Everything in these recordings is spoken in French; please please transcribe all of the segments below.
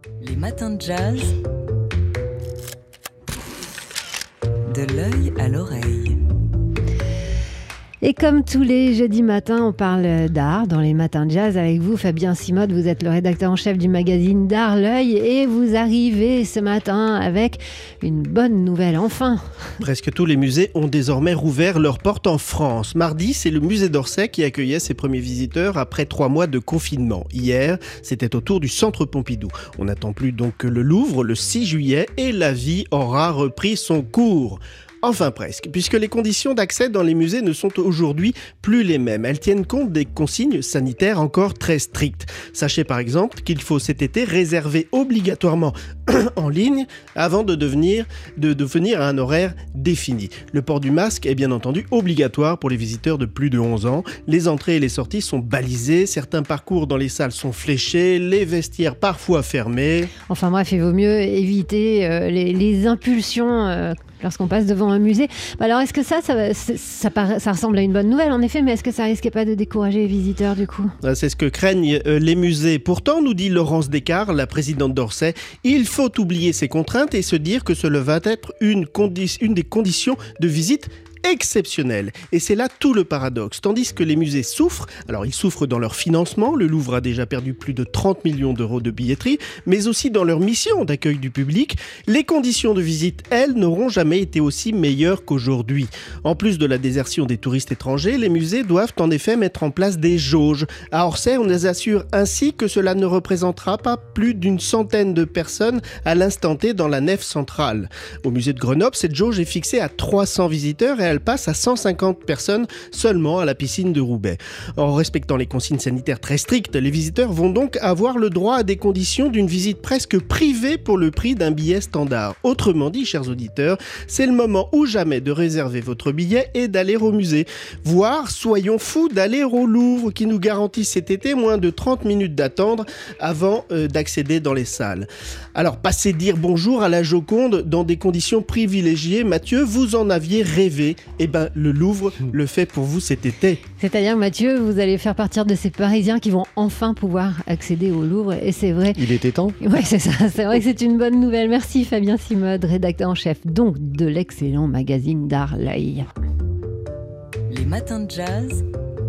Les matins de jazz. De l'œil à l'oreille. Et comme tous les jeudis matins, on parle d'art dans les matins de jazz avec vous, Fabien Simode. Vous êtes le rédacteur en chef du magazine d'art L'Œil et vous arrivez ce matin avec une bonne nouvelle, enfin. Presque tous les musées ont désormais rouvert leurs portes en France. Mardi, c'est le musée d'Orsay qui accueillait ses premiers visiteurs après 3 mois de confinement. Hier, c'était au tour du Centre Pompidou. On n'attend plus donc que le Louvre le 6 juillet et la vie aura repris son cours. Enfin presque, puisque les conditions d'accès dans les musées ne sont aujourd'hui plus les mêmes. Elles tiennent compte des consignes sanitaires encore très strictes. Sachez par exemple qu'il faut cet été réserver obligatoirement en ligne avant de venir à un horaire défini. Le port du masque est bien entendu obligatoire pour les visiteurs de plus de 11 ans. Les entrées et les sorties sont balisées, certains parcours dans les salles sont fléchés, les vestiaires parfois fermés. Enfin bref, il vaut mieux éviter les impulsions lorsqu'on passe devant un musée. Alors est-ce que ça ressemble à une bonne nouvelle en effet, mais est-ce que ça risquait pas de décourager les visiteurs du coup ? C'est ce que craignent les musées. Pourtant, nous dit Laurence Descartes, la présidente d'Orsay, il faut oublier ces contraintes et se dire que cela va être une des conditions de visite exceptionnel. Et c'est là tout le paradoxe. Tandis que les musées souffrent, alors ils souffrent dans leur financement, le Louvre a déjà perdu plus de 30 millions d'euros de billetterie, mais aussi dans leur mission d'accueil du public, les conditions de visite, elles, n'auront jamais été aussi meilleures qu'aujourd'hui. En plus de la désertion des touristes étrangers, les musées doivent en effet mettre en place des jauges. À Orsay, on les assure ainsi que cela ne représentera pas plus d'une centaine de personnes à l'instant T dans la nef centrale. Au musée de Grenoble, cette jauge est fixée à 300 visiteurs et elle passe à 150 personnes seulement à la piscine de Roubaix. En respectant les consignes sanitaires très strictes, les visiteurs vont donc avoir le droit à des conditions d'une visite presque privée pour le prix d'un billet standard. Autrement dit, chers auditeurs, c'est le moment ou jamais de réserver votre billet et d'aller au musée. Voire, soyons fous, d'aller au Louvre qui nous garantit cet été moins de 30 minutes d'attendre avant d'accéder dans les salles. Alors, passez dire bonjour à la Joconde dans des conditions privilégiées. Mathieu, vous en aviez rêvé. Eh bien, le Louvre le fait pour vous cet été. C'est-à-dire, Mathieu, vous allez faire partir de ces Parisiens qui vont enfin pouvoir accéder au Louvre. Et c'est vrai. Il était temps. Oui, c'est ça. C'est vrai que c'est une bonne nouvelle. Merci Fabien Simode, rédacteur en chef donc de l'excellent magazine d'art L'Œil. Les matins de jazz.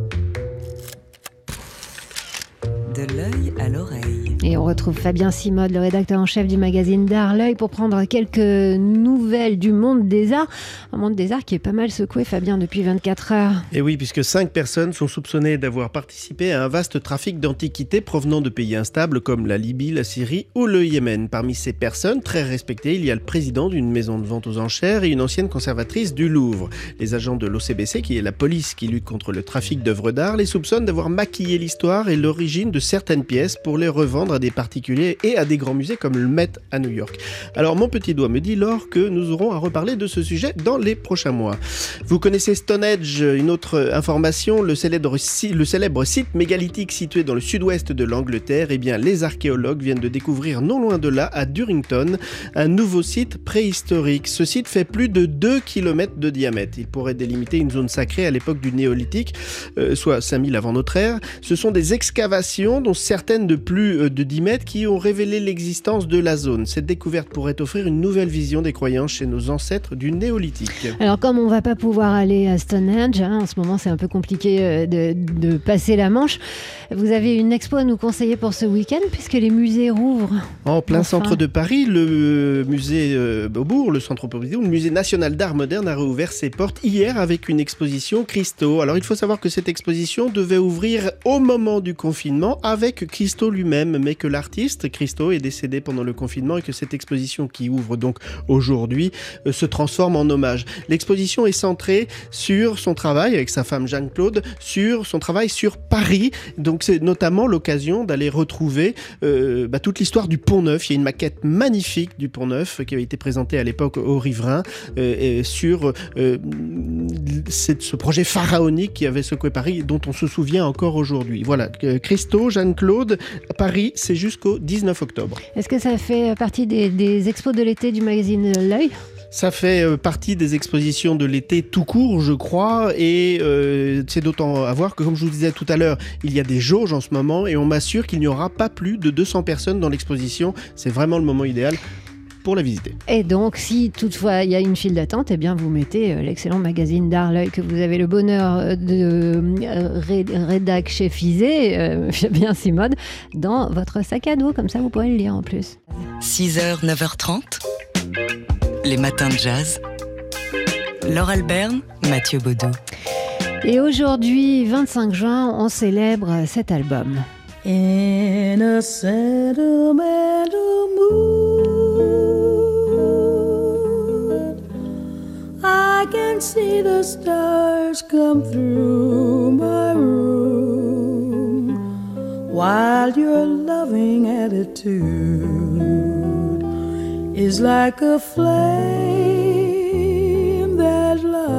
De l'œil à l'oreille. Et on retrouve Fabien Simode, le rédacteur en chef du magazine d'art L'Œil, pour prendre quelques nouvelles du monde des arts. Un monde des arts qui est pas mal secoué, Fabien, depuis 24 heures. Et oui, puisque 5 personnes sont soupçonnées d'avoir participé à un vaste trafic d'antiquités provenant de pays instables comme la Libye, la Syrie ou le Yémen. Parmi ces personnes très respectées, il y a le président d'une maison de vente aux enchères et une ancienne conservatrice du Louvre. Les agents de l'OCBC, qui est la police qui lutte contre le trafic d'œuvres d'art, les soupçonnent d'avoir maquillé l'histoire et l'origine de certaines pièces pour les revendre à des particuliers et à des grands musées comme le Met à New York. Alors mon petit doigt me dit, Laure, que nous aurons à reparler de ce sujet dans les prochains mois. Vous connaissez Stonehenge, une autre information, le célèbre site mégalithique situé dans le sud-ouest de l'Angleterre. Eh bien, les archéologues viennent de découvrir non loin de là, à Durrington, un nouveau site préhistorique. Ce site fait plus de 2 km de diamètre. Il pourrait délimiter une zone sacrée à l'époque du néolithique, soit 5000 avant notre ère. Ce sont des excavations dont certaines de plus de 10 mètres qui ont révélé l'existence de la zone. Cette découverte pourrait offrir une nouvelle vision des croyances chez nos ancêtres du néolithique. Alors comme on ne va pas pouvoir aller à Stonehenge, en ce moment c'est un peu compliqué de passer la Manche, vous avez une expo à nous conseiller pour ce week-end puisque les musées rouvrent. En plein centre de Paris, le musée Beaubourg, le centre Pompidou, le musée national d'art moderne a réouvert ses portes hier avec une exposition Christo. Alors il faut savoir que cette exposition devait ouvrir au moment du confinement avec Christo lui-même, mais que l'artiste Christo est décédé pendant le confinement et que cette exposition qui ouvre donc aujourd'hui se transforme en hommage. L'exposition est centrée sur son travail avec sa femme Jeanne-Claude, sur son travail sur Paris. Donc c'est notamment l'occasion d'aller retrouver toute l'histoire du Pont-Neuf. Il y a une maquette magnifique du Pont-Neuf qui avait été présentée à l'époque aux riverains sur ce projet pharaonique qui avait secoué Paris, dont on se souvient encore aujourd'hui. Voilà, Christo, Jeanne-Claude, Paris, c'est jusqu'au 19 octobre. Est-ce que ça fait partie des expos de l'été du magazine L'Œil ? Ça fait partie des expositions de l'été tout court, je crois, et c'est d'autant à voir que, comme je vous disais tout à l'heure, il y a des jauges en ce moment et on m'assure qu'il n'y aura pas plus de 200 personnes dans l'exposition. C'est vraiment le moment idéal pour la visiter. Et donc, si toutefois il y a une file d'attente, eh bien vous mettez l'excellent magazine d'art L'Œil que vous avez le bonheur de rédac chez Fizé, bien Simone, dans votre sac à dos, comme ça vous pourrez le lire en plus. 6h, 9h30, les matins de jazz. Laure Alberne, Mathieu Baudou. Et aujourd'hui, 25 juin, on célèbre cet album. In a sentimental mood, I can see the stars come through my room, while your loving attitude is like a flame that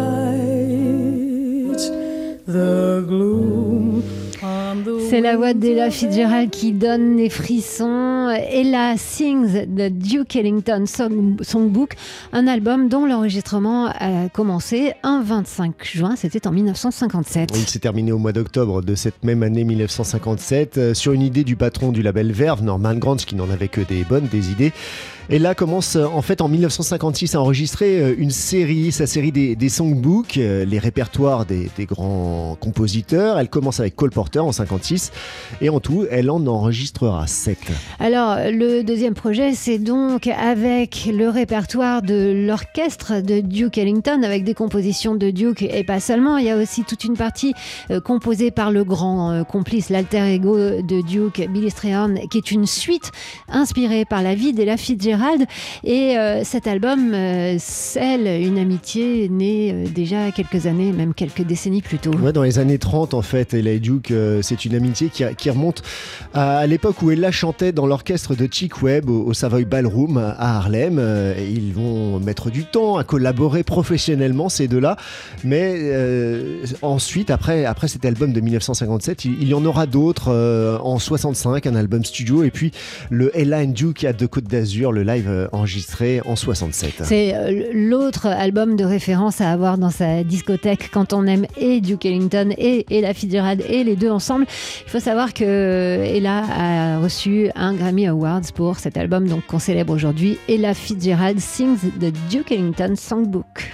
lights the gloom. C'est la voix d'Ella Fitzgerald qui donne les frissons. Ella Sings the Duke Ellington Songbook, un album dont l'enregistrement a commencé un 25 juin, c'était en 1957. Il s'est terminé au mois d'octobre de cette même année 1957 sur une idée du patron du label Verve, Norman Granz, qui n'en avait que des bonnes, des idées. Et là commence en fait en 1956 à enregistrer sa série des songbooks, les répertoires des grands compositeurs. Elle commence avec Cole Porter en 56 et en tout, elle en enregistrera 7. Alors le deuxième projet, c'est donc avec le répertoire de l'orchestre de Duke Ellington, avec des compositions de Duke et pas seulement. Il y a aussi toute une partie composée par le grand complice, l'alter ego de Duke, Billy Strayhorn, qui est une suite inspirée par la vie d'Ella Fitzgerald. Et cet album scelle une amitié née déjà quelques années, même quelques décennies plus tôt. Ouais, dans les années 30 en fait, Ella et Duke, c'est une amitié qui remonte à l'époque où Ella chantait dans l'orchestre de Chick Webb au Savoy Ballroom à Harlem. Ils vont mettre du temps à collaborer professionnellement ces deux-là, mais ensuite après cet album de 1957, il y en aura d'autres en 65, un album studio, et puis le Ella and Duke at the Côte d'Azur, le live enregistré en 67. C'est l'autre album de référence à avoir dans sa discothèque quand on aime et Duke Ellington et Ella Fitzgerald et les deux ensemble. Il faut savoir que Ella a reçu un Grammy Awards pour cet album donc qu'on célèbre aujourd'hui, Ella Fitzgerald Sings the Duke Ellington Songbook.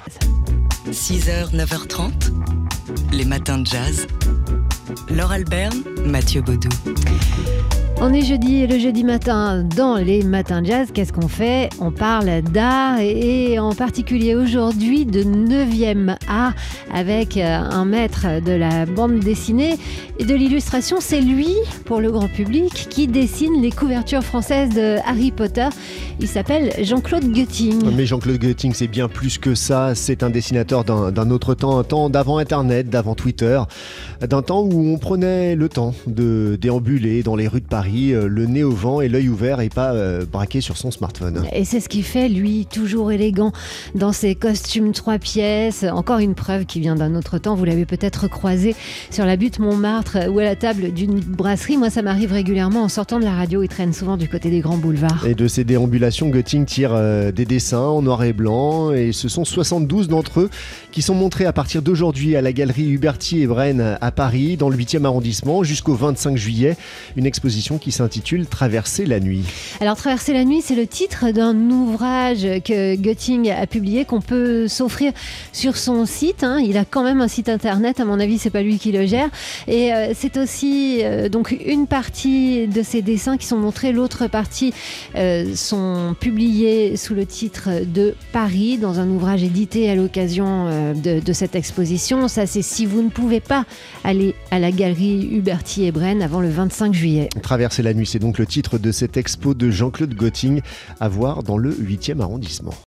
6h, 9h30, les matins de jazz. Laure Alberne, Mathieu Baudou. On est jeudi et le jeudi matin dans les matins de jazz, qu'est-ce qu'on fait ? On parle d'art et en particulier aujourd'hui de 9e art avec un maître de la bande dessinée et de l'illustration. C'est lui, pour le grand public, qui dessine les couvertures françaises de Harry Potter. Il s'appelle Jean-Claude Götting. Mais Jean-Claude Götting, c'est bien plus que ça. C'est un dessinateur d'un autre temps, un temps d'avant Internet, d'avant Twitter, d'un temps où on prenait le temps de déambuler dans les rues de Paris, le nez au vent et l'œil ouvert et pas braqué sur son smartphone. Et c'est ce qui fait, lui, toujours élégant dans ses costumes 3 pièces. Encore une preuve qui vient d'un autre temps. Vous l'avez peut-être croisé sur la butte Montmartre ou à la table d'une brasserie. Moi, ça m'arrive régulièrement en sortant de la radio. Il traîne souvent du côté des grands boulevards. Et de ces déambulations, Götting tire des dessins en noir et blanc. Et ce sont 72 d'entre eux qui sont montrés à partir d'aujourd'hui à la galerie Huberti et Brenne à Paris, dans le 8e arrondissement, jusqu'au 25 juillet. Une exposition qui s'intitule Traverser la nuit. Alors Traverser la nuit, c'est le titre d'un ouvrage que Götting a publié, qu'on peut s'offrir sur son site. Il a quand même un site internet, à mon avis c'est pas lui qui le gère. Et c'est aussi donc une partie de ses dessins qui sont montrés, l'autre partie sont publiés sous le titre de Paris, dans un ouvrage édité à l'occasion de cette exposition. Ça, c'est si vous ne pouvez pas aller à la galerie Huberti et Brenne avant le 25 juillet. Traverser la nuit, c'est donc le titre de cette expo de Jean-Claude Götting à voir dans le 8e arrondissement.